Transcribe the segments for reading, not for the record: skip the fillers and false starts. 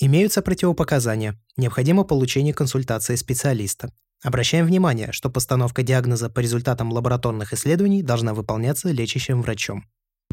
Имеются противопоказания. Необходимо получение консультации специалиста. Обращаем внимание, что постановка диагноза по результатам лабораторных исследований должна выполняться лечащим врачом.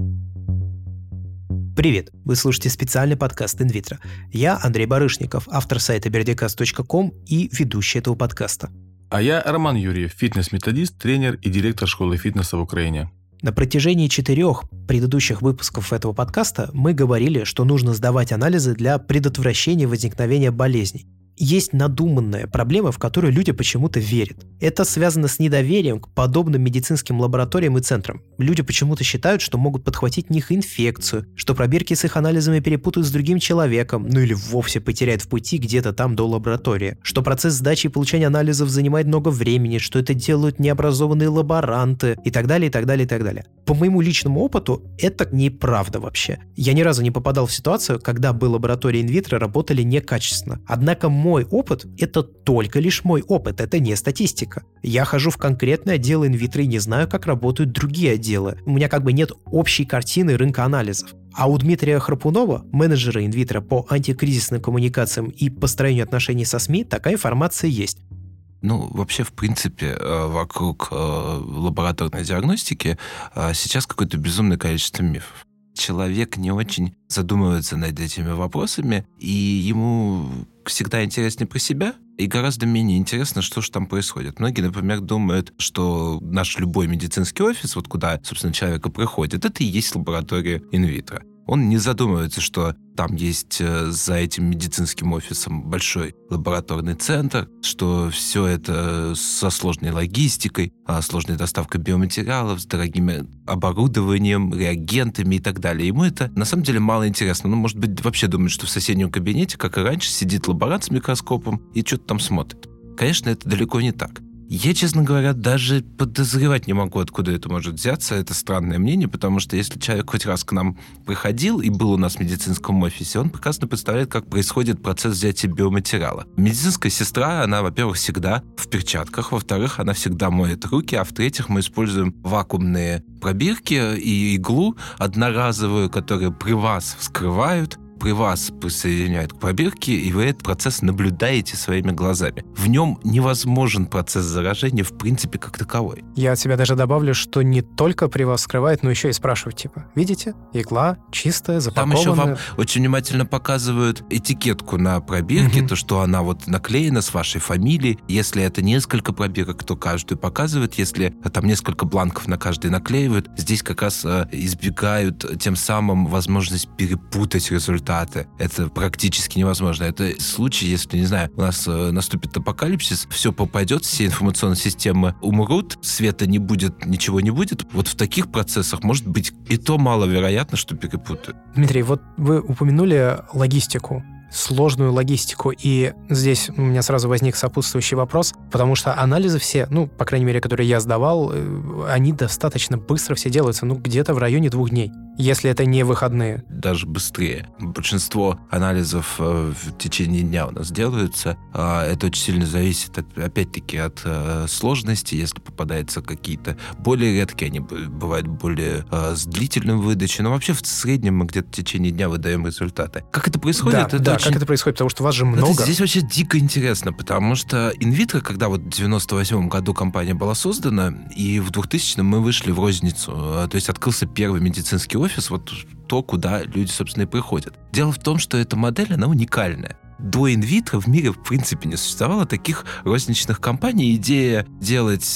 Привет! Вы слушаете специальный подкаст «Инвитро». Я Андрей Барышников, автор сайта birdicast.com и ведущий этого подкаста. А я Роман Юрьев, фитнес-методист, тренер и директор школы фитнеса в Украине. На протяжении 4 предыдущих выпусков этого подкаста мы говорили, что нужно сдавать анализы для предотвращения возникновения болезней. Есть надуманная проблема, в которую люди почему-то верят. Это связано с недоверием к подобным медицинским лабораториям и центрам. Люди почему-то считают, что могут подхватить в них инфекцию, что пробирки с их анализами перепутают с другим человеком, ну или вовсе потеряют в пути где-то там до лаборатории, что процесс сдачи и получения анализов занимает много времени, что это делают необразованные лаборанты и так далее, и так далее, и так далее. По моему личному опыту, это неправда вообще. Я ни разу не попадал в ситуацию, когда бы лаборатории инвитро работали некачественно. Однако мой опыт – это только лишь мой опыт, это не статистика. Я хожу в конкретный отдел инвитро и не знаю, как работают другие отделы. У меня как бы нет общей картины рынка анализов. А у Дмитрия Храпунова, менеджера инвитро по антикризисным коммуникациям и построению отношений со СМИ, такая информация есть. Вообще, в принципе, вокруг лабораторной диагностики сейчас какое-то безумное количество мифов. Человек не очень задумывается над этими вопросами, и ему всегда интереснее про себя, и гораздо менее интересно, что же там происходит. Многие, например, думают, что наш любой медицинский офис, вот куда, собственно, человек и приходит, это и есть лаборатория инвитро. Он не задумывается, что там есть за этим медицинским офисом большой лабораторный центр, что все это со сложной логистикой, сложной доставкой биоматериалов, с дорогим оборудованием, реагентами и так далее. Ему это на самом деле мало интересно. Он, может быть, вообще думает, что в соседнем кабинете, как и раньше, сидит лаборант с микроскопом и что-то там смотрит. Конечно, это далеко не так. Я, честно говоря, даже подозревать не могу, откуда это может взяться. Это странное мнение, потому что если человек хоть раз к нам приходил и был у нас в медицинском офисе, он прекрасно представляет, как происходит процесс взятия биоматериала. Медицинская сестра, она, во-первых, всегда в перчатках, во-вторых, она всегда моет руки, а в-третьих, мы используем вакуумные пробирки и иглу одноразовую, которую при вас вскрывают, при вас присоединяют к пробирке, и вы этот процесс наблюдаете своими глазами. В нем невозможен процесс заражения в принципе как таковой. Я от себя даже добавлю, что не только при вас вскрывают, но еще и спрашивают, типа, видите, игла чистая, запакованная. Там еще вам очень внимательно показывают этикетку на пробирке, то, что она вот наклеена с вашей фамилией. Если это несколько пробирок, то каждую показывают. Если там несколько бланков на каждый наклеивают, здесь как раз избегают тем самым возможность перепутать результаты. Это практически невозможно. Это случай, если, не знаю, у нас наступит апокалипсис, все попадет, все информационные системы умрут, света не будет, ничего не будет. Вот в таких процессах может быть и то маловероятно, что перепутают. Дмитрий, вот вы упомянули логистику, сложную логистику, и здесь у меня сразу возник сопутствующий вопрос, потому что анализы все, по крайней мере, которые я сдавал, они достаточно быстро все делаются, где-то в районе 2 дней, если это не выходные. Даже быстрее. Большинство анализов в течение дня у нас делаются. Это очень сильно зависит, опять-таки, от сложности. Если попадаются какие-то более редкие, они бывают более с длительным выдачей, но вообще в среднем мы где-то в течение дня выдаем результаты. Как это происходит? Как это происходит? Потому что вас же много. Здесь вообще дико интересно, потому что инвитро, когда вот в 98 году компания была создана, и в 2000-м мы вышли в розницу, то есть открылся первый медицинский офис, вот то, куда люди, собственно, и приходят. Дело в том, что эта модель, она уникальная. До инвитро в мире, в принципе, не существовало таких розничных компаний. Идея делать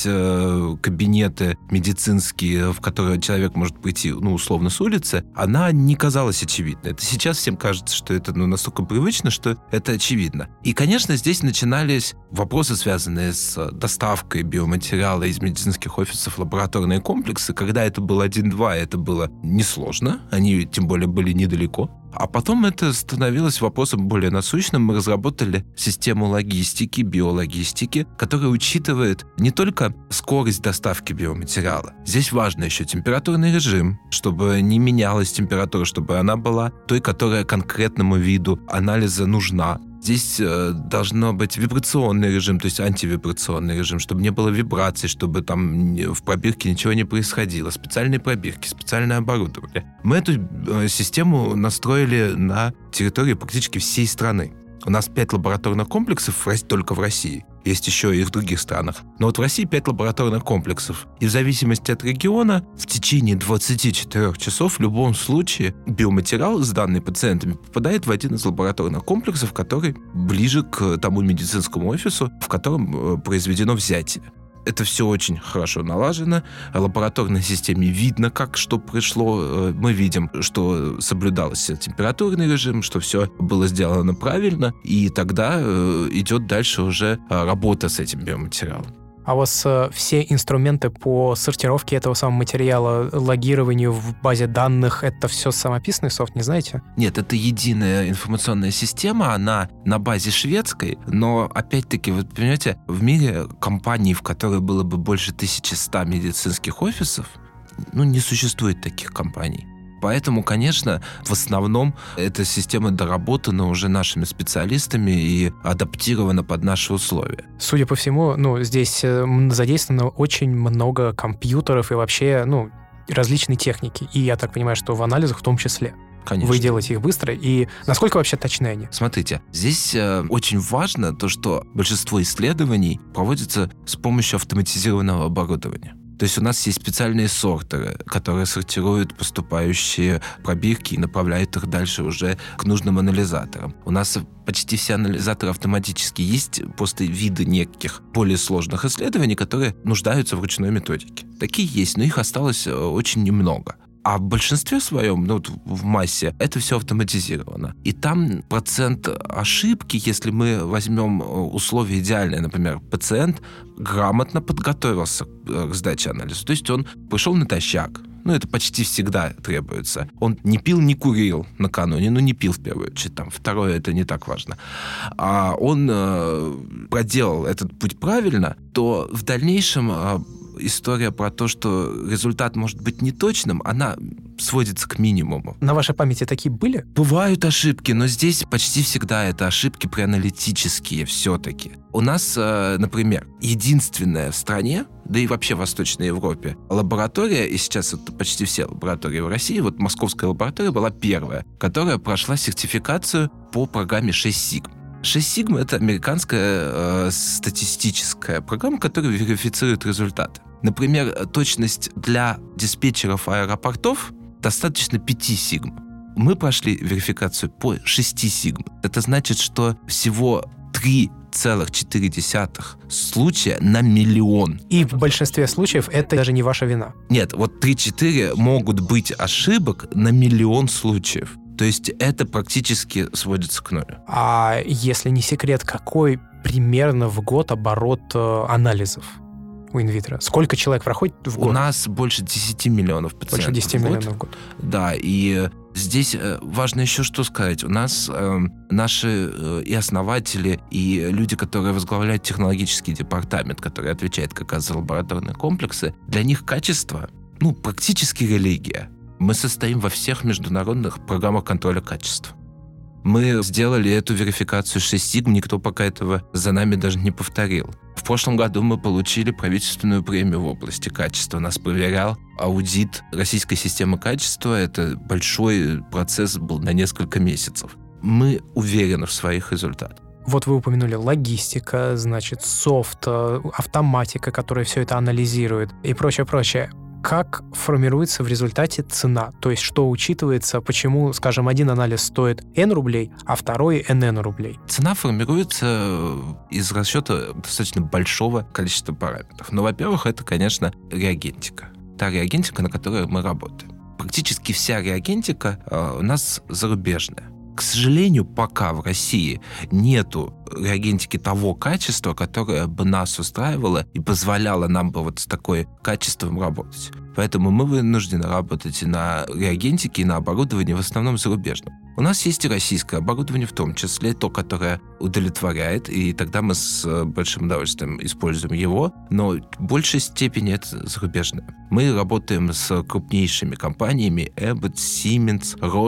кабинеты медицинские, в которые человек может прийти, условно, с улицы, она не казалась очевидной. Это сейчас всем кажется, что это настолько привычно, что это очевидно. И, конечно, здесь начинались вопросы, связанные с доставкой биоматериала из медицинских офисов в лабораторные комплексы. Когда это было 1-2, это было несложно. Они, тем более, были недалеко. А потом это становилось вопросом более насущным. Мы разработали систему логистики, биологистики, которая учитывает не только скорость доставки биоматериала. Здесь важно еще температурный режим, чтобы не менялась температура, чтобы она была той, которая конкретному виду анализа нужна. Здесь должно быть вибрационный режим, то есть антивибрационный режим, чтобы не было вибраций, чтобы там в пробирке ничего не происходило. Специальные пробирки, специальное оборудование. Мы эту систему настроили на территории практически всей страны. У нас 5 лабораторных комплексов только в России. Есть еще и в других странах. Но вот в России 5 лабораторных комплексов. И в зависимости от региона в течение 24 часов в любом случае биоматериал, сданный пациентами, попадает в один из лабораторных комплексов, который ближе к тому медицинскому офису, в котором произведено взятие. Это все очень хорошо налажено. В лабораторной системе видно, как что пришло. Мы видим, что соблюдался температурный режим, что все было сделано правильно. И тогда идет дальше уже работа с этим биоматериалом. А у вас все инструменты по сортировке этого самого материала, логированию в базе данных, это все самописный софт, не знаете? Нет, это единая информационная система, она на базе шведской, но, опять-таки, вы понимаете, в мире компаний, в которой было бы больше 1100 медицинских офисов, не существует таких компаний. Поэтому, конечно, в основном эта система доработана уже нашими специалистами и адаптирована под наши условия. Судя по всему, здесь задействовано очень много компьютеров и вообще, различной техники. И я так понимаю, что в анализах в том числе. Конечно. Вы делаете их быстро. И насколько вообще точны они? Смотрите, здесь очень важно то, что большинство исследований проводится с помощью автоматизированного оборудования. То есть у нас есть специальные сортеры, которые сортируют поступающие пробирки и направляют их дальше уже к нужным анализаторам. У нас почти все анализаторы автоматически. Есть просто виды неких более сложных исследований, которые нуждаются в ручной методике. Такие есть, но их осталось очень немного. А в большинстве своем, в массе, это все автоматизировано. И там процент ошибки, если мы возьмем условия идеальные, например, пациент грамотно подготовился к сдаче анализа. То есть он пришел натощак. Это почти всегда требуется. Он не пил, не курил накануне. Не пил в первую очередь. Второе, это не так важно. А он проделал этот путь правильно, то в дальнейшем история про то, что результат может быть неточным, она сводится к минимуму. На вашей памяти такие были? Бывают ошибки, но здесь почти всегда это ошибки преаналитические все-таки. У нас, например, единственная в стране, да и вообще в Восточной Европе, лаборатория, и сейчас это почти все лаборатории в России, московская лаборатория была первая, которая прошла сертификацию по программе 6 Sigma. 6 Sigma — это американская статистическая программа, которая верифицирует результаты. Например, точность для диспетчеров аэропортов достаточно 5 Sigma. Мы прошли верификацию по 6 Sigma. Это значит, что всего 3,4 случая на миллион. И в большинстве случаев это даже не ваша вина. Нет, 3-4 могут быть ошибок на миллион случаев. То есть это практически сводится к нулю. А если не секрет, какой примерно в год оборот анализов у инвитро? Сколько человек проходит в год? У нас больше 10 миллионов пациентов. Больше 10 миллионов в год. Да, и здесь важно еще что сказать. У нас наши и основатели, и люди, которые возглавляют технологический департамент, который отвечает как раз за лабораторные комплексы, для них качество, практически религия. Мы состоим во всех международных программах контроля качества. Мы сделали эту верификацию 6 Sigma, никто пока этого за нами даже не повторил. В прошлом году мы получили правительственную премию в области качества. Нас проверял аудит российской системы качества. Это большой процесс был на несколько месяцев. Мы уверены в своих результатах. Вы упомянули логистика, софт, автоматика, которая все это анализирует и прочее. Как формируется в результате цена? То есть что учитывается, почему, скажем, один анализ стоит N рублей, а второй NN рублей? Цена формируется из расчета достаточно большого количества параметров. Во-первых, это, конечно, реагентика. Та реагентика, на которой мы работаем. Практически вся реагентика у нас зарубежная. К сожалению, пока в России нету реагентики того качества, которое бы нас устраивало и позволяло нам бы с такой качеством работать. Поэтому мы вынуждены работать и на реагентике, и на оборудовании, в основном зарубежном. У нас есть и российское оборудование, в том числе то, которое удовлетворяет, и тогда мы с большим удовольствием используем его, но в большей степени это зарубежное. Мы работаем с крупнейшими компаниями Abbott, Siemens, Roche.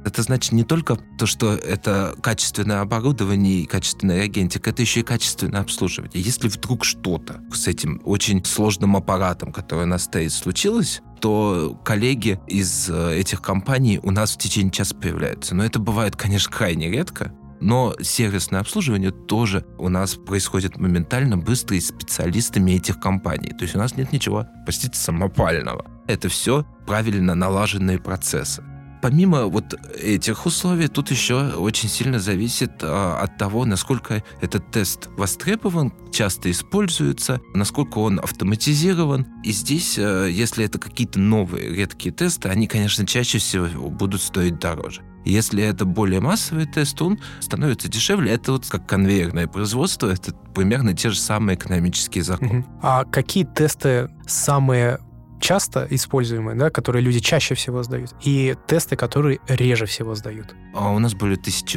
Это значит не только то, что это качественное оборудование и качественная реагентика, это еще и качественное обслуживание. Если вдруг что-то с этим очень сложным аппаратом, который у нас стоит, случилось, то коллеги из этих компаний у нас в течение часа появляются. Но это бывает, конечно, крайне редко. Но сервисное обслуживание тоже у нас происходит моментально, быстро и с специалистами этих компаний. То есть у нас нет ничего, простите, самопального. Это все правильно налаженные процессы. Помимо вот этих условий, тут еще очень сильно зависит от того, насколько этот тест востребован, часто используется, насколько он автоматизирован. И здесь, если это какие-то новые редкие тесты, они, конечно, чаще всего будут стоить дороже. Если это более массовый тест, он становится дешевле. Это вот как конвейерное производство, это примерно те же самые экономические законы. А какие тесты самые часто используемые, да, которые люди чаще всего сдают, и тесты, которые реже всего сдают? А у нас более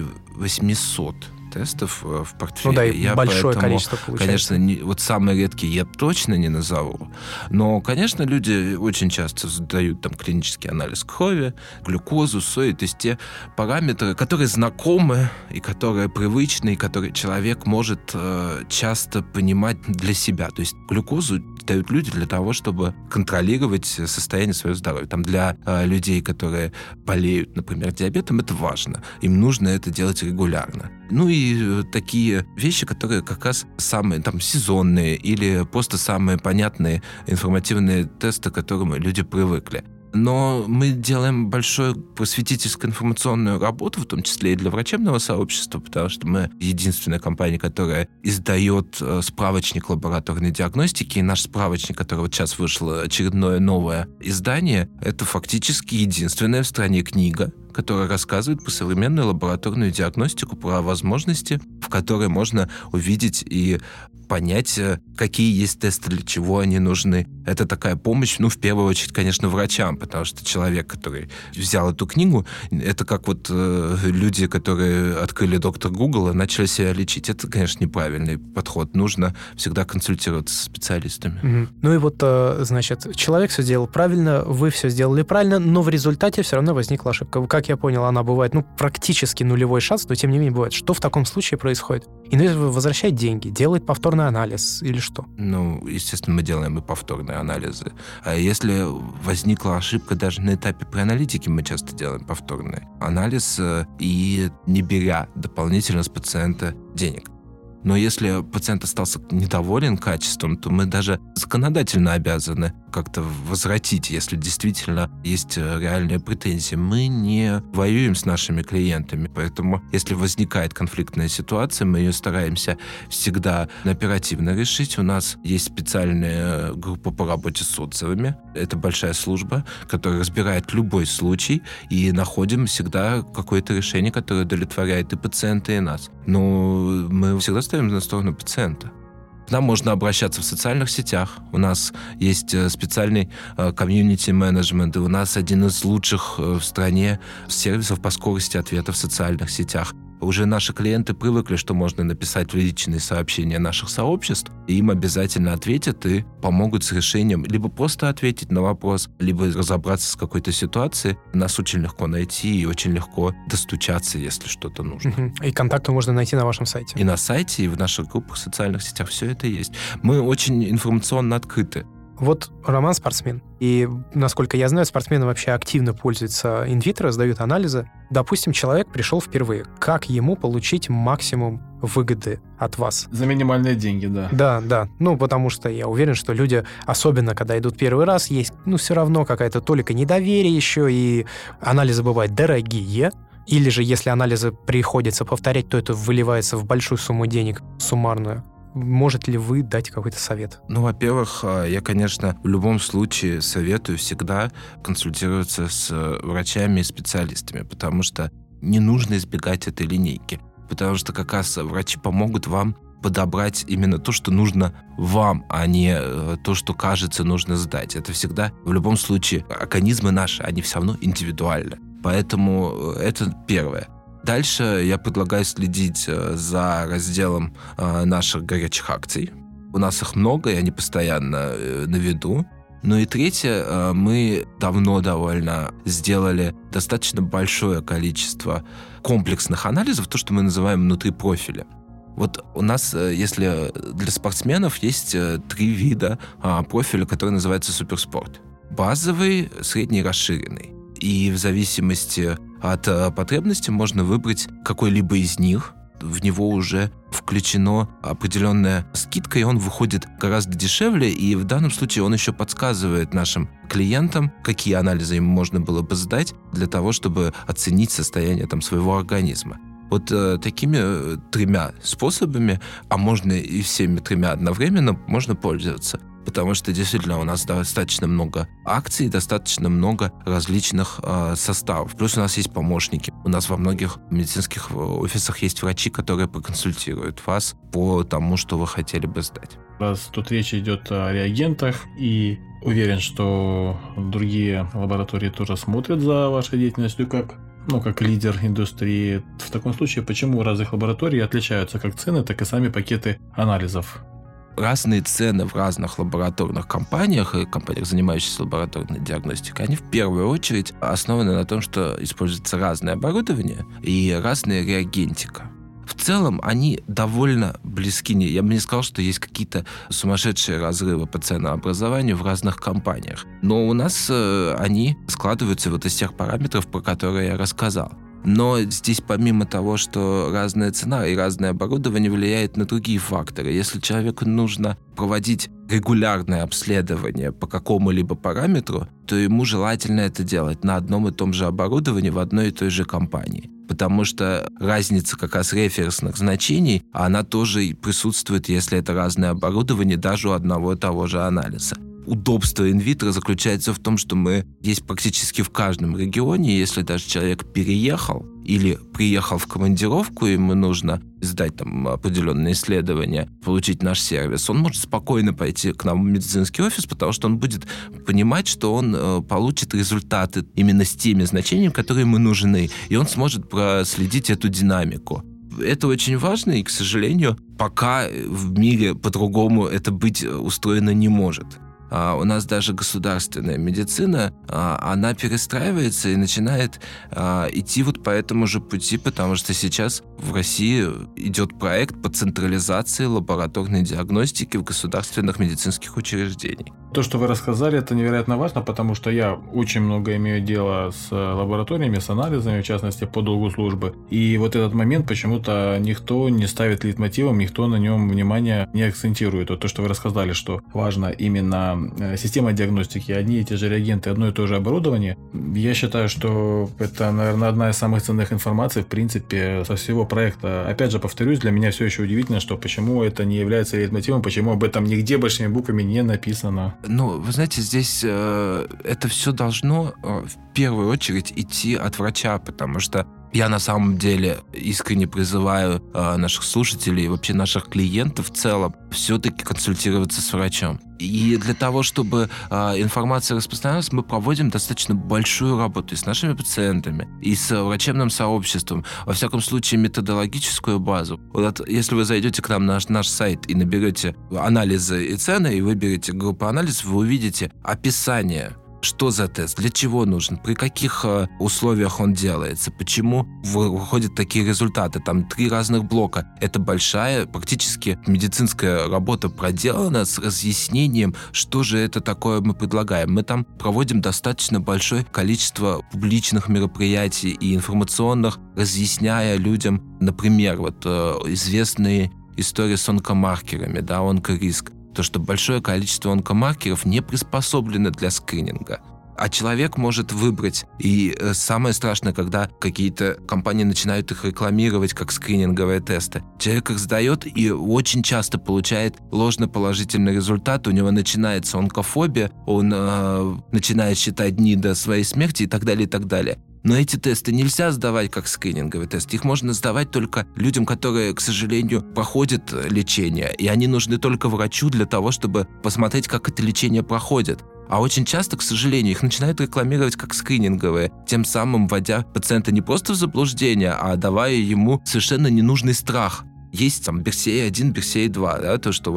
1800 тестов в портфеле. Ну да, и большое количество получается. Конечно, вот самые редкие я точно не назову. Но, конечно, люди очень часто сдают там клинический анализ крови, глюкозу, сои, то есть те параметры, которые знакомы и которые привычны, и которые человек может часто понимать для себя. То есть глюкозу дают люди для того, чтобы контролировать состояние своего здоровья. Там для людей, которые болеют, например, диабетом, это важно. Им нужно это делать регулярно. Ну и такие вещи, которые как раз самые там сезонные или просто самые понятные информативные тесты, к которым люди привыкли. Но мы делаем большую просветительскую информационную работу, в том числе и для врачебного сообщества, потому что мы единственная компания, которая издает справочник лабораторной диагностики, и наш справочник, который вот сейчас вышло очередное новое издание, это фактически единственная в стране книга, которая рассказывает про современную лабораторную диагностику, про возможности, в которой можно увидеть и понять, какие есть тесты, для чего они нужны. Это такая помощь, в первую очередь, конечно, врачам, потому что человек, который взял эту книгу, это как вот люди, которые открыли доктор Google и начали себя лечить. Это, конечно, неправильный подход. Нужно всегда консультироваться со специалистами. Ну и вот, значит, человек все сделал правильно, вы все сделали правильно, но в результате все равно возникла ошибка. Как я понял, она бывает, практически нулевой шанс, но тем не менее бывает. Что в таком случае происходит? Инвестор возвращает деньги, делает повторный анализ или что? Естественно, мы делаем и повторные анализы. А если возникла ошибка даже на этапе преаналитики, мы часто делаем повторный анализ и не беря дополнительно с пациента денег. Но если пациент остался недоволен качеством, то мы даже законодательно обязаны как-то возвратить, если действительно есть реальные претензии. Мы не воюем с нашими клиентами, поэтому если возникает конфликтная ситуация, мы ее стараемся всегда оперативно решить. У нас есть специальная группа по работе с отзывами. Это большая служба, которая разбирает любой случай, и находим всегда какое-то решение, которое удовлетворяет и пациента, и нас. Но мы всегда ставим на сторону пациента. К нам можно обращаться в социальных сетях. У нас есть специальный комьюнити-менеджмент, и у нас один из лучших в стране сервисов по скорости ответа в социальных сетях. Уже наши клиенты привыкли, что можно написать в личные сообщения наших сообществ, и им обязательно ответят и помогут с решением либо просто ответить на вопрос, либо разобраться с какой-то ситуацией. Нас очень легко найти и очень легко достучаться, если что-то нужно. И контакты можно найти на вашем сайте. И на сайте, и в наших группах в социальных сетях все это есть. Мы очень информационно открыты. Вот Роман спортсмен. И, насколько я знаю, спортсмены вообще активно пользуются инвитро, сдают анализы. Допустим, человек пришел впервые. Как ему получить максимум выгоды от вас? За минимальные деньги, да. Да. Потому что я уверен, что люди, особенно когда идут первый раз, есть, все равно какая-то толика недоверия еще, и анализы бывают дорогие. Или же, если анализы приходится повторять, то это выливается в большую сумму денег, суммарную. Можете ли вы дать какой-то совет? Во-первых, я, конечно, в любом случае советую всегда консультироваться с врачами и специалистами, потому что не нужно избегать этой линейки, потому что как раз врачи помогут вам подобрать именно то, что нужно вам, а не то, что кажется нужно сдать. Это всегда, в любом случае, организмы наши, они все равно индивидуальны. Поэтому это первое. Дальше я предлагаю следить за разделом наших горячих акций. У нас их много, и они постоянно на виду. Ну и третье, мы давно довольно сделали достаточно большое количество комплексных анализов, то, что мы называем внутри профиля. Вот у нас, если для спортсменов, есть 3 вида профиля, которые называются суперспорт. Базовый, средний и расширенный. И в зависимости от потребности можно выбрать какой-либо из них. В него уже включена определенная скидка, и он выходит гораздо дешевле, и в данном случае он еще подсказывает нашим клиентам, какие анализы им можно было бы сдать для того, чтобы оценить состояние своего организма. Вот такими 3 способами, а можно и всеми 3 одновременно, можно пользоваться. Потому что действительно у нас достаточно много акций, достаточно много различных составов. Плюс у нас есть помощники. У нас во многих медицинских офисах есть врачи, которые проконсультируют вас по тому, что вы хотели бы сдать. Раз тут речь идет о реагентах, и уверен, что другие лаборатории тоже смотрят за вашей деятельностью как лидер индустрии. В таком случае, почему у разных лабораторий отличаются как цены, так и сами пакеты анализов? Разные цены в разных лабораторных компаниях и компаниях, занимающихся лабораторной диагностикой, они в первую очередь основаны на том, что используется разное оборудование и разная реагентика. В целом они довольно близки. Я бы не сказал, что есть какие-то сумасшедшие разрывы по ценообразованию в разных компаниях. Но у нас они складываются из тех параметров, про которые я рассказал. Но здесь помимо того, что разная цена и разное оборудование влияет на другие факторы. Если человеку нужно проводить регулярное обследование по какому-либо параметру, то ему желательно это делать на одном и том же оборудовании в одной и той же компании. Потому что разница как раз референсных значений, она тоже присутствует, если это разное оборудование, даже у одного и того же анализа. Удобство инвитро заключается в том, что мы есть практически в каждом регионе. Если даже человек переехал или приехал в командировку, и ему нужно сдать определенные исследования, получить наш сервис, он может спокойно пойти к нам в медицинский офис, потому что он будет понимать, что он получит результаты именно с теми значениями, которые ему нужны, и он сможет проследить эту динамику. Это очень важно, и, к сожалению, пока в мире по-другому это быть устроено не может. У нас даже государственная медицина, она перестраивается и начинает идти по этому же пути, потому что сейчас в России идет проект по централизации лабораторной диагностики в государственных медицинских учреждениях. То, что вы рассказали, это невероятно важно, потому что я очень много имею дела с лабораториями, с анализами, в частности, по долгу службы. И этот момент почему-то никто не ставит лейтмотивом, никто на нем внимания не акцентирует. То, что вы рассказали, что важно именно система диагностики, одни и те же реагенты, одно и то же оборудование. Я считаю, что это, наверное, одна из самых ценных информаций, в принципе, со всего проекта. Опять же, повторюсь, для меня все еще удивительно, что почему это не является лейтмотивом, почему об этом нигде большими буквами не написано. Вы знаете, здесь это все должно в первую очередь идти от врача, потому что я на самом деле искренне призываю наших слушателей и вообще наших клиентов в целом все-таки консультироваться с врачом. И для того, чтобы информация распространялась, мы проводим достаточно большую работу и с нашими пациентами, и с врачебным сообществом. Во всяком случае, методологическую базу. Если вы зайдете к нам на наш сайт и наберете анализы и цены, и выберете группу анализов, вы увидите описание, что за тест, для чего нужен, при каких условиях он делается, почему выходят такие результаты. Там 3 разных блока. Это большая, практически медицинская работа проделана с разъяснением, что же это такое мы предлагаем. Мы там проводим достаточно большое количество публичных мероприятий и информационных, разъясняя людям, например, известные истории с онкомаркерами, онкориск. То, что большое количество онкомаркеров не приспособлено для скрининга. А человек может выбрать. И самое страшное, когда какие-то компании начинают их рекламировать как скрининговые тесты. Человек их сдает и очень часто получает ложноположительный результат. У него начинается онкофобия, он начинает считать дни до своей смерти и так далее, и так далее. Но эти тесты нельзя сдавать как скрининговый тест. Их можно сдавать только людям, которые, к сожалению, проходят лечение. И они нужны только врачу для того, чтобы посмотреть, как это лечение проходит. А очень часто, к сожалению, их начинают рекламировать как скрининговые, тем самым вводя пациента не просто в заблуждение, а давая ему совершенно ненужный страх. Есть Берсей-1, Берсей-2, то, что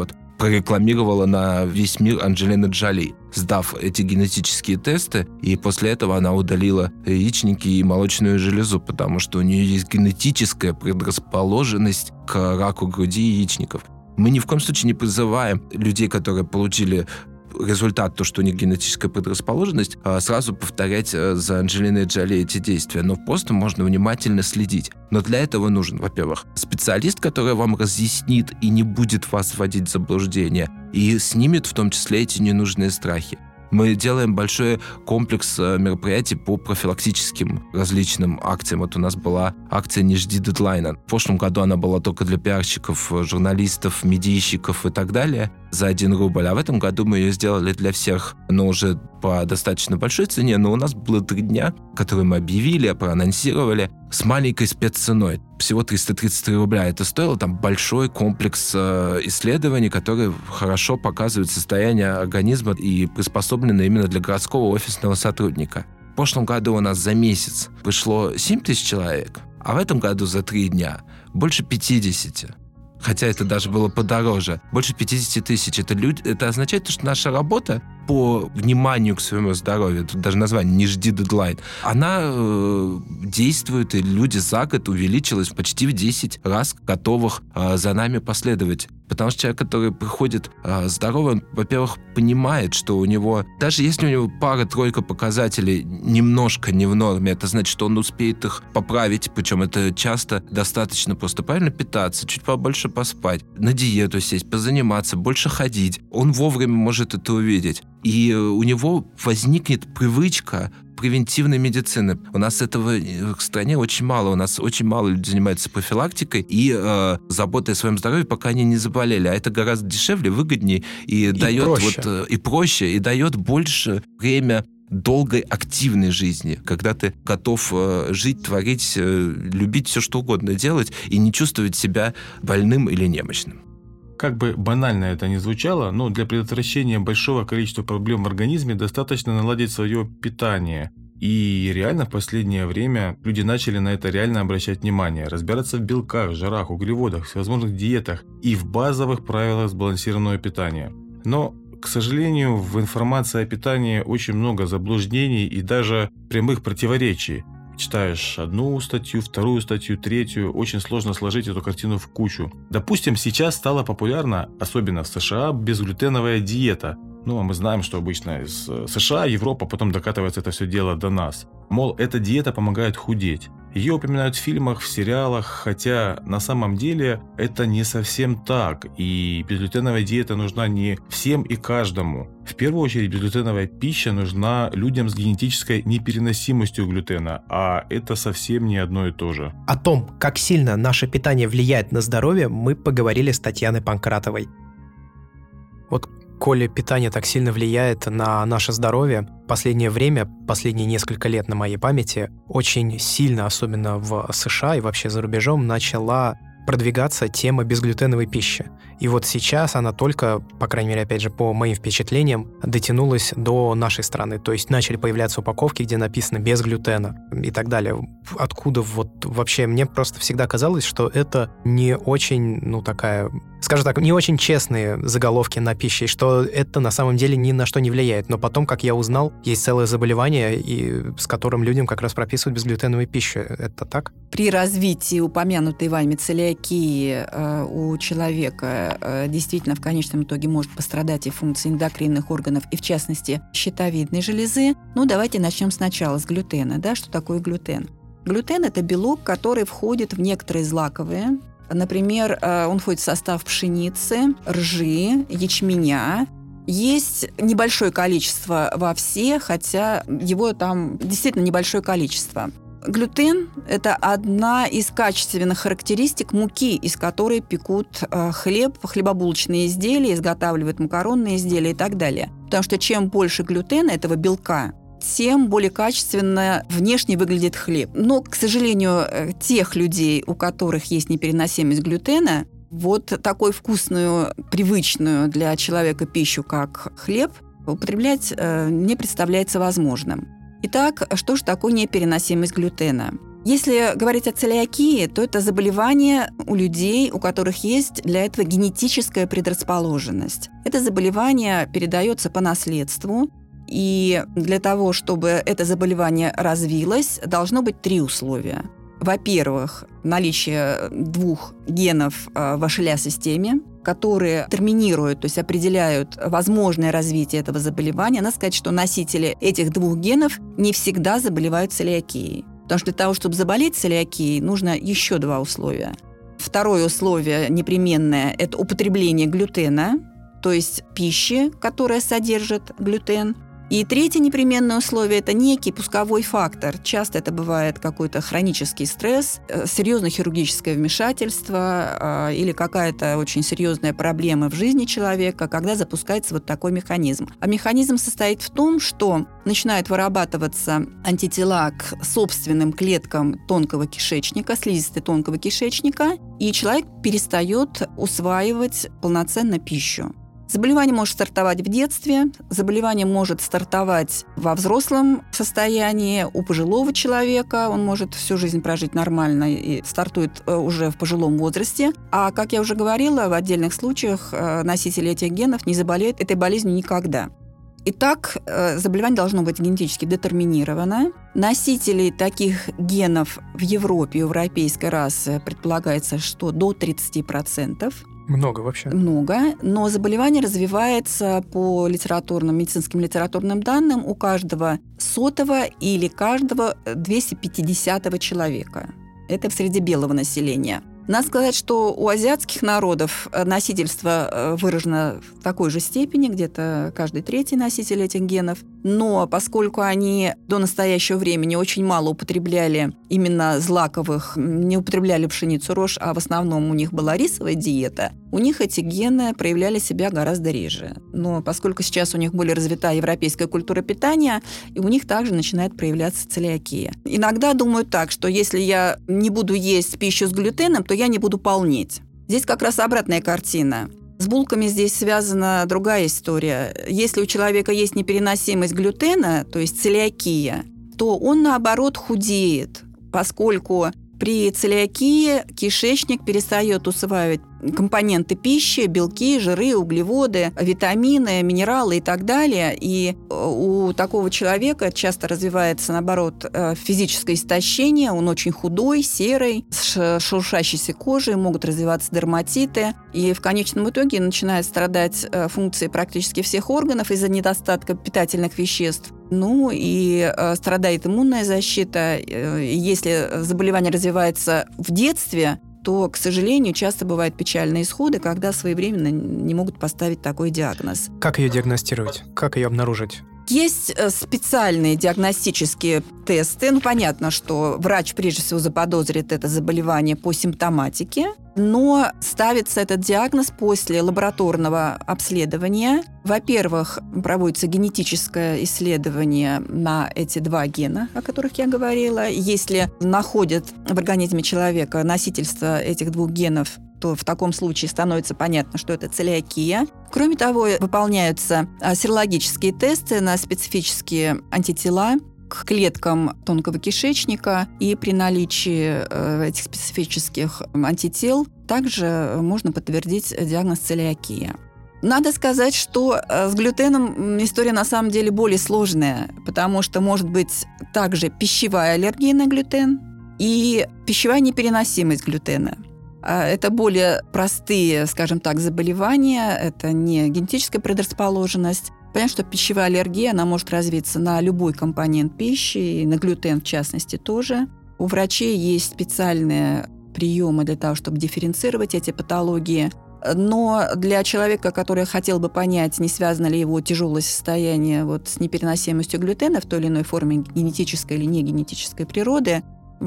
прорекламировала на весь мир Анджелина Джоли, сдав эти генетические тесты, и после этого она удалила яичники и молочную железу, потому что у нее есть генетическая предрасположенность к раку груди и яичников. Мы ни в коем случае не призываем людей, которые получили результат, то, что у них генетическая предрасположенность, сразу повторять за Анджелиной Джоли эти действия. Но просто можно внимательно следить. Но для этого нужен, во-первых, специалист, который вам разъяснит и не будет вас вводить в заблуждение, и снимет в том числе эти ненужные страхи. Мы делаем большой комплекс мероприятий по профилактическим различным акциям. Вот у нас была акция «Не жди дедлайна». В прошлом году она была только для пиарщиков, журналистов, медийщиков и так далее за 1 рубль. А в этом году мы ее сделали для всех, но уже по достаточно большой цене. Но у нас было 3 дня, которые мы объявили, проанонсировали, с маленькой спецценой. Всего 333 рубля. Это стоило там большой комплекс исследований, которые хорошо показывают состояние организма и приспособлены именно для городского офисного сотрудника. В прошлом году у нас за месяц пришло 7 тысяч человек, а в этом году за 3 дня больше 50. Хотя это даже было подороже. Больше 50 тысяч. Это означает, что наша работа по вниманию к своему здоровью, тут даже название «Не жди дедлайн», она действует, и люди за год увеличилась почти в 10 раз готовых за нами последовать. Потому что человек, который приходит здоровый, он, во-первых, понимает, что у него, даже если у него пара-тройка показателей немножко не в норме, это значит, что он успеет их поправить, причем это часто достаточно просто правильно питаться, чуть побольше поспать, на диету сесть, позаниматься, больше ходить. Он вовремя может это увидеть. И у него возникнет привычка превентивной медицины. У нас этого в стране очень мало. У нас очень мало людей занимаются профилактикой и заботой о своем здоровье, пока они не заболели. А это гораздо дешевле, выгоднее и дает проще, и дает больше время долгой активной жизни, когда ты готов жить, творить, любить все, что угодно делать и не чувствовать себя больным или немощным. Как бы банально это ни звучало, но для предотвращения большого количества проблем в организме достаточно наладить свое питание. И реально в последнее время люди начали на это реально обращать внимание, разбираться в белках, жирах, углеводах, всевозможных диетах и в базовых правилах сбалансированного питания. Но, к сожалению, в информации о питании очень много заблуждений и даже прямых противоречий. Читаешь одну статью, вторую статью, третью, очень сложно сложить эту картину в кучу. Допустим, сейчас стала популярна, особенно в США, безглютеновая диета. Ну, а мы знаем, что обычно из США, Европа, потом докатывается это все дело до нас. Мол, эта диета помогает худеть. Ее упоминают в фильмах, в сериалах, хотя на самом деле это не совсем так. И безглютеновая диета нужна не всем и каждому. В первую очередь безглютеновая пища нужна людям с генетической непереносимостью глютена, а это совсем не одно и то же. О том, как сильно наше питание влияет на здоровье, мы поговорили с Татьяной Панкратовой. Вот коли питание так сильно влияет на наше здоровье, последнее время, последние несколько лет на моей памяти, очень сильно, особенно в США и вообще за рубежом, начала продвигаться тема безглютеновой пищи. И вот сейчас она только, по крайней мере, опять же, по моим впечатлениям, дотянулась до нашей страны. То есть начали появляться упаковки, где написано «без глютена» и так далее. Откуда вот вообще? Мне просто всегда казалось, что это не очень, такая, скажем так, не очень честные заголовки на пище, и что это на самом деле ни на что не влияет. Но потом, как я узнал, есть целое заболевание, и с которым людям как раз прописывают безглютеновую пищу. Это так? При развитии упомянутой вами целиакии у человека действительно в конечном итоге может пострадать и функция эндокринных органов, и в частности щитовидной железы. Давайте начнем сначала с глютена. Да? Что такое глютен? Глютен – это белок, который входит в некоторые злаковые. Например, он входит в состав пшеницы, ржи, ячменя. Есть небольшое количество во все, хотя его там действительно небольшое количество. Глютен – это одна из качественных характеристик муки, из которой пекут хлеб, хлебобулочные изделия, изготавливают макаронные изделия и так далее. Потому что чем больше глютена, этого белка, тем более качественно внешне выглядит хлеб. Но, к сожалению, тех людей, у которых есть непереносимость глютена, вот такую вкусную, привычную для человека пищу, как хлеб, употреблять не представляется возможным. Итак, что же такое непереносимость глютена? Если говорить о целиакии, то это заболевание у людей, у которых есть для этого генетическая предрасположенность. Это заболевание передается по наследству, и для того, чтобы это заболевание развилось, должно быть 3 условия. Во-первых, наличие 2 генов в Ашелля-системе, которые терминируют, то есть определяют возможное развитие этого заболевания. Надо сказать, что носители этих 2 генов не всегда заболевают целиакией. Потому что для того, чтобы заболеть целиакией, нужно еще 2 условия. Второе условие непременное – это употребление глютена, то есть пищи, которая содержит глютен. И третье непременное условие – это некий пусковой фактор. Часто это бывает какой-то хронический стресс, серьезное хирургическое вмешательство или какая-то очень серьезная проблема в жизни человека, когда запускается вот такой механизм. А механизм состоит в том, что начинают вырабатываться антитела к собственным клеткам тонкого кишечника, слизистой тонкого кишечника, и человек перестает усваивать полноценно пищу. Заболевание может стартовать в детстве, заболевание может стартовать во взрослом состоянии у пожилого человека, он может всю жизнь прожить нормально и стартует уже в пожилом возрасте. А, как я уже говорила, в отдельных случаях носители этих генов не заболеют этой болезнью никогда. Итак, заболевание должно быть генетически детерминировано. Носителей таких генов в Европе, у европейской расы предполагается, что до 30%. Много вообще. Много, но заболевание развивается по медицинским литературным данным у каждого 100-го или каждого 250-го человека. Это среди белого населения. Надо сказать, что у азиатских народов носительство выражено в такой же степени, где-то каждый 3-й носитель этих генов. Но поскольку они до настоящего времени очень мало употребляли именно злаковых, не употребляли пшеницу, рожь, а в основном у них была рисовая диета, у них эти гены проявляли себя гораздо реже. Но поскольку сейчас у них более развита европейская культура питания, и у них также начинает проявляться целиакия. Иногда думают так, что если я не буду есть пищу с глютеном, то я не буду полнеть. Здесь как раз обратная картина. С булками здесь связана другая история. Если у человека есть непереносимость глютена, то есть целиакия, то он, наоборот, худеет, поскольку при целиакии кишечник перестает усваивать компоненты пищи, белки, жиры, углеводы, витамины, минералы и так далее. И у такого человека часто развивается, наоборот, физическое истощение. Он очень худой, серый, с шелушащейся кожей, могут развиваться дерматиты. И в конечном итоге начинают страдать функции практически всех органов из-за недостатка питательных веществ. Ну и страдает иммунная защита. Если заболевание развивается в детстве, то, к сожалению, часто бывают печальные исходы, когда своевременно не могут поставить такой диагноз. Как ее диагностировать? Как ее обнаружить? Есть специальные диагностические тесты. Ну, понятно, что врач прежде всего заподозрит это заболевание по симптоматике, но ставится этот диагноз после лабораторного обследования. Во-первых, проводится генетическое исследование на эти 2 гена, о которых я говорила. Если находят в организме человека носительство этих 2 генов, то в таком случае становится понятно, что это целиакия. Кроме того, выполняются серологические тесты на специфические антитела к клеткам тонкого кишечника, и при наличии этих специфических антител также можно подтвердить диагноз целиакия. Надо сказать, что с глютеном история на самом деле более сложная, потому что может быть также пищевая аллергия на глютен и пищевая непереносимость глютена. Это более простые, скажем так, заболевания, это не генетическая предрасположенность. Понятно, что пищевая аллергия, она может развиться на любой компонент пищи, и на глютен в частности тоже. У врачей есть специальные приемы для того, чтобы дифференцировать эти патологии. Но для человека, который хотел бы понять, не связано ли его тяжелое состояние с непереносимостью глютена в той или иной форме генетической или негенетической природы,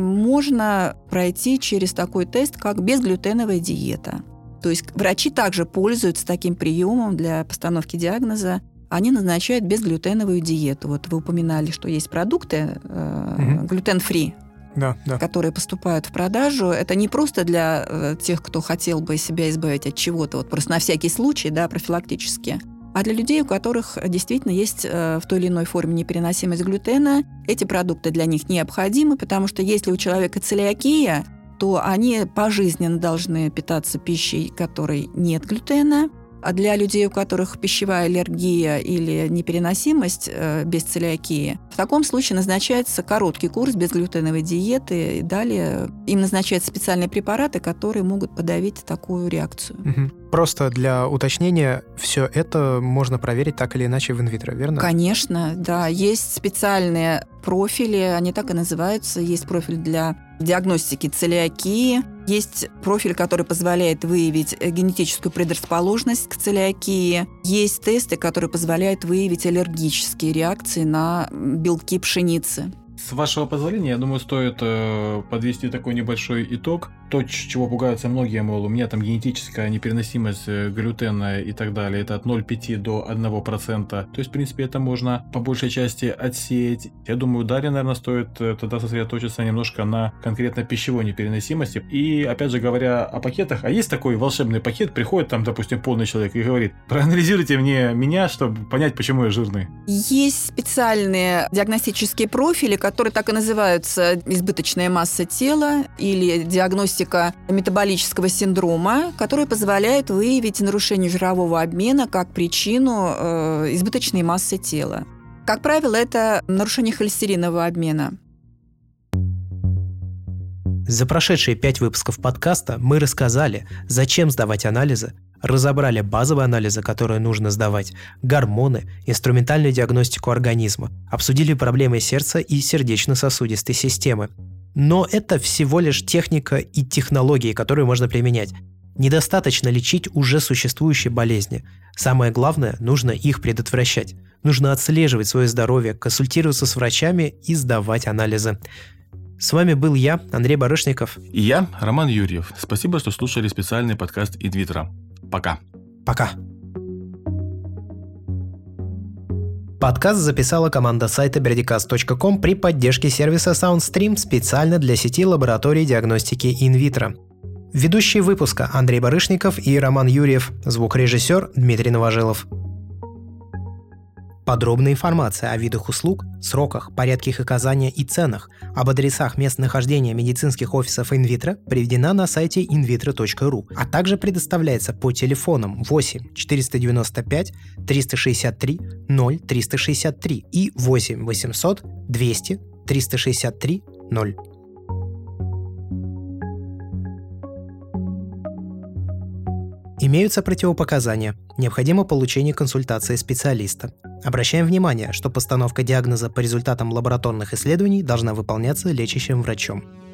можно пройти через такой тест, как безглютеновая диета. То есть врачи также пользуются таким приемом для постановки диагноза. Они назначают безглютеновую диету. Вот вы упоминали, что есть продукты глютен-фри, которые поступают в продажу. Это не просто для тех, кто хотел бы себя избавить от чего-то, просто на всякий случай, профилактически. А для людей, у которых действительно есть в той или иной форме непереносимость глютена, эти продукты для них необходимы, потому что если у человека целиакия, то они пожизненно должны питаться пищей, в которой нет глютена. А для людей, у которых пищевая аллергия или непереносимость без целиакии, в таком случае назначается короткий курс безглютеновой диеты, и далее им назначаются специальные препараты, которые могут подавить такую реакцию. Просто для уточнения, все это можно проверить так или иначе в инвитро, верно? Конечно, да. Есть специальные профили, они так и называются. Есть профиль для диагностики целиакии, есть профиль, который позволяет выявить генетическую предрасположенность к целиакии, есть тесты, которые позволяют выявить аллергические реакции на белки пшеницы. С вашего позволения, я думаю, стоит подвести такой небольшой итог. То, чего пугаются многие, мол, у меня там генетическая непереносимость глютена и так далее, это от 0,5 до 1%. То есть, в принципе, это можно по большей части отсеять. Я думаю, Дарье, наверное, стоит тогда сосредоточиться немножко на конкретно пищевой непереносимости. И, опять же, говоря о пакетах, а есть такой волшебный пакет, приходит там, допустим, полный человек и говорит: проанализируйте меня, чтобы понять, почему я жирный. Есть специальные диагностические профили, которые так и называются: избыточная масса тела или диагностика метаболического синдрома, который позволяет выявить нарушение жирового обмена как причину избыточной массы тела. Как правило, это нарушение холестеринового обмена. За прошедшие 5 выпусков подкаста мы рассказали, зачем сдавать анализы, разобрали базовые анализы, которые нужно сдавать, гормоны, инструментальную диагностику организма, обсудили проблемы сердца и сердечно-сосудистой системы. Но это всего лишь техника и технологии, которые можно применять. Недостаточно лечить уже существующие болезни. Самое главное, нужно их предотвращать. Нужно отслеживать свое здоровье, консультироваться с врачами и сдавать анализы. С вами был я, Андрей Барышников. И я, Роман Юрьев. Спасибо, что слушали специальный подкаст «Инвитро». Пока. Пока. Подкаст записала команда сайта birdicast.com при поддержке сервиса SoundStream специально для сети лабораторий диагностики инвитро. Ведущие выпуска Андрей Барышников и Роман Юрьев, звукорежиссер Дмитрий Новожилов. Подробная информация о видах услуг, сроках, порядке их оказания и ценах, об адресах местонахождения медицинских офисов инвитро приведена на сайте invitro.ru, а также предоставляется по телефонам 8 495 363 0363 и 8 800 200 363 0. Имеются противопоказания. Необходимо получение консультации специалиста. Обращаем внимание, что постановка диагноза по результатам лабораторных исследований должна выполняться лечащим врачом.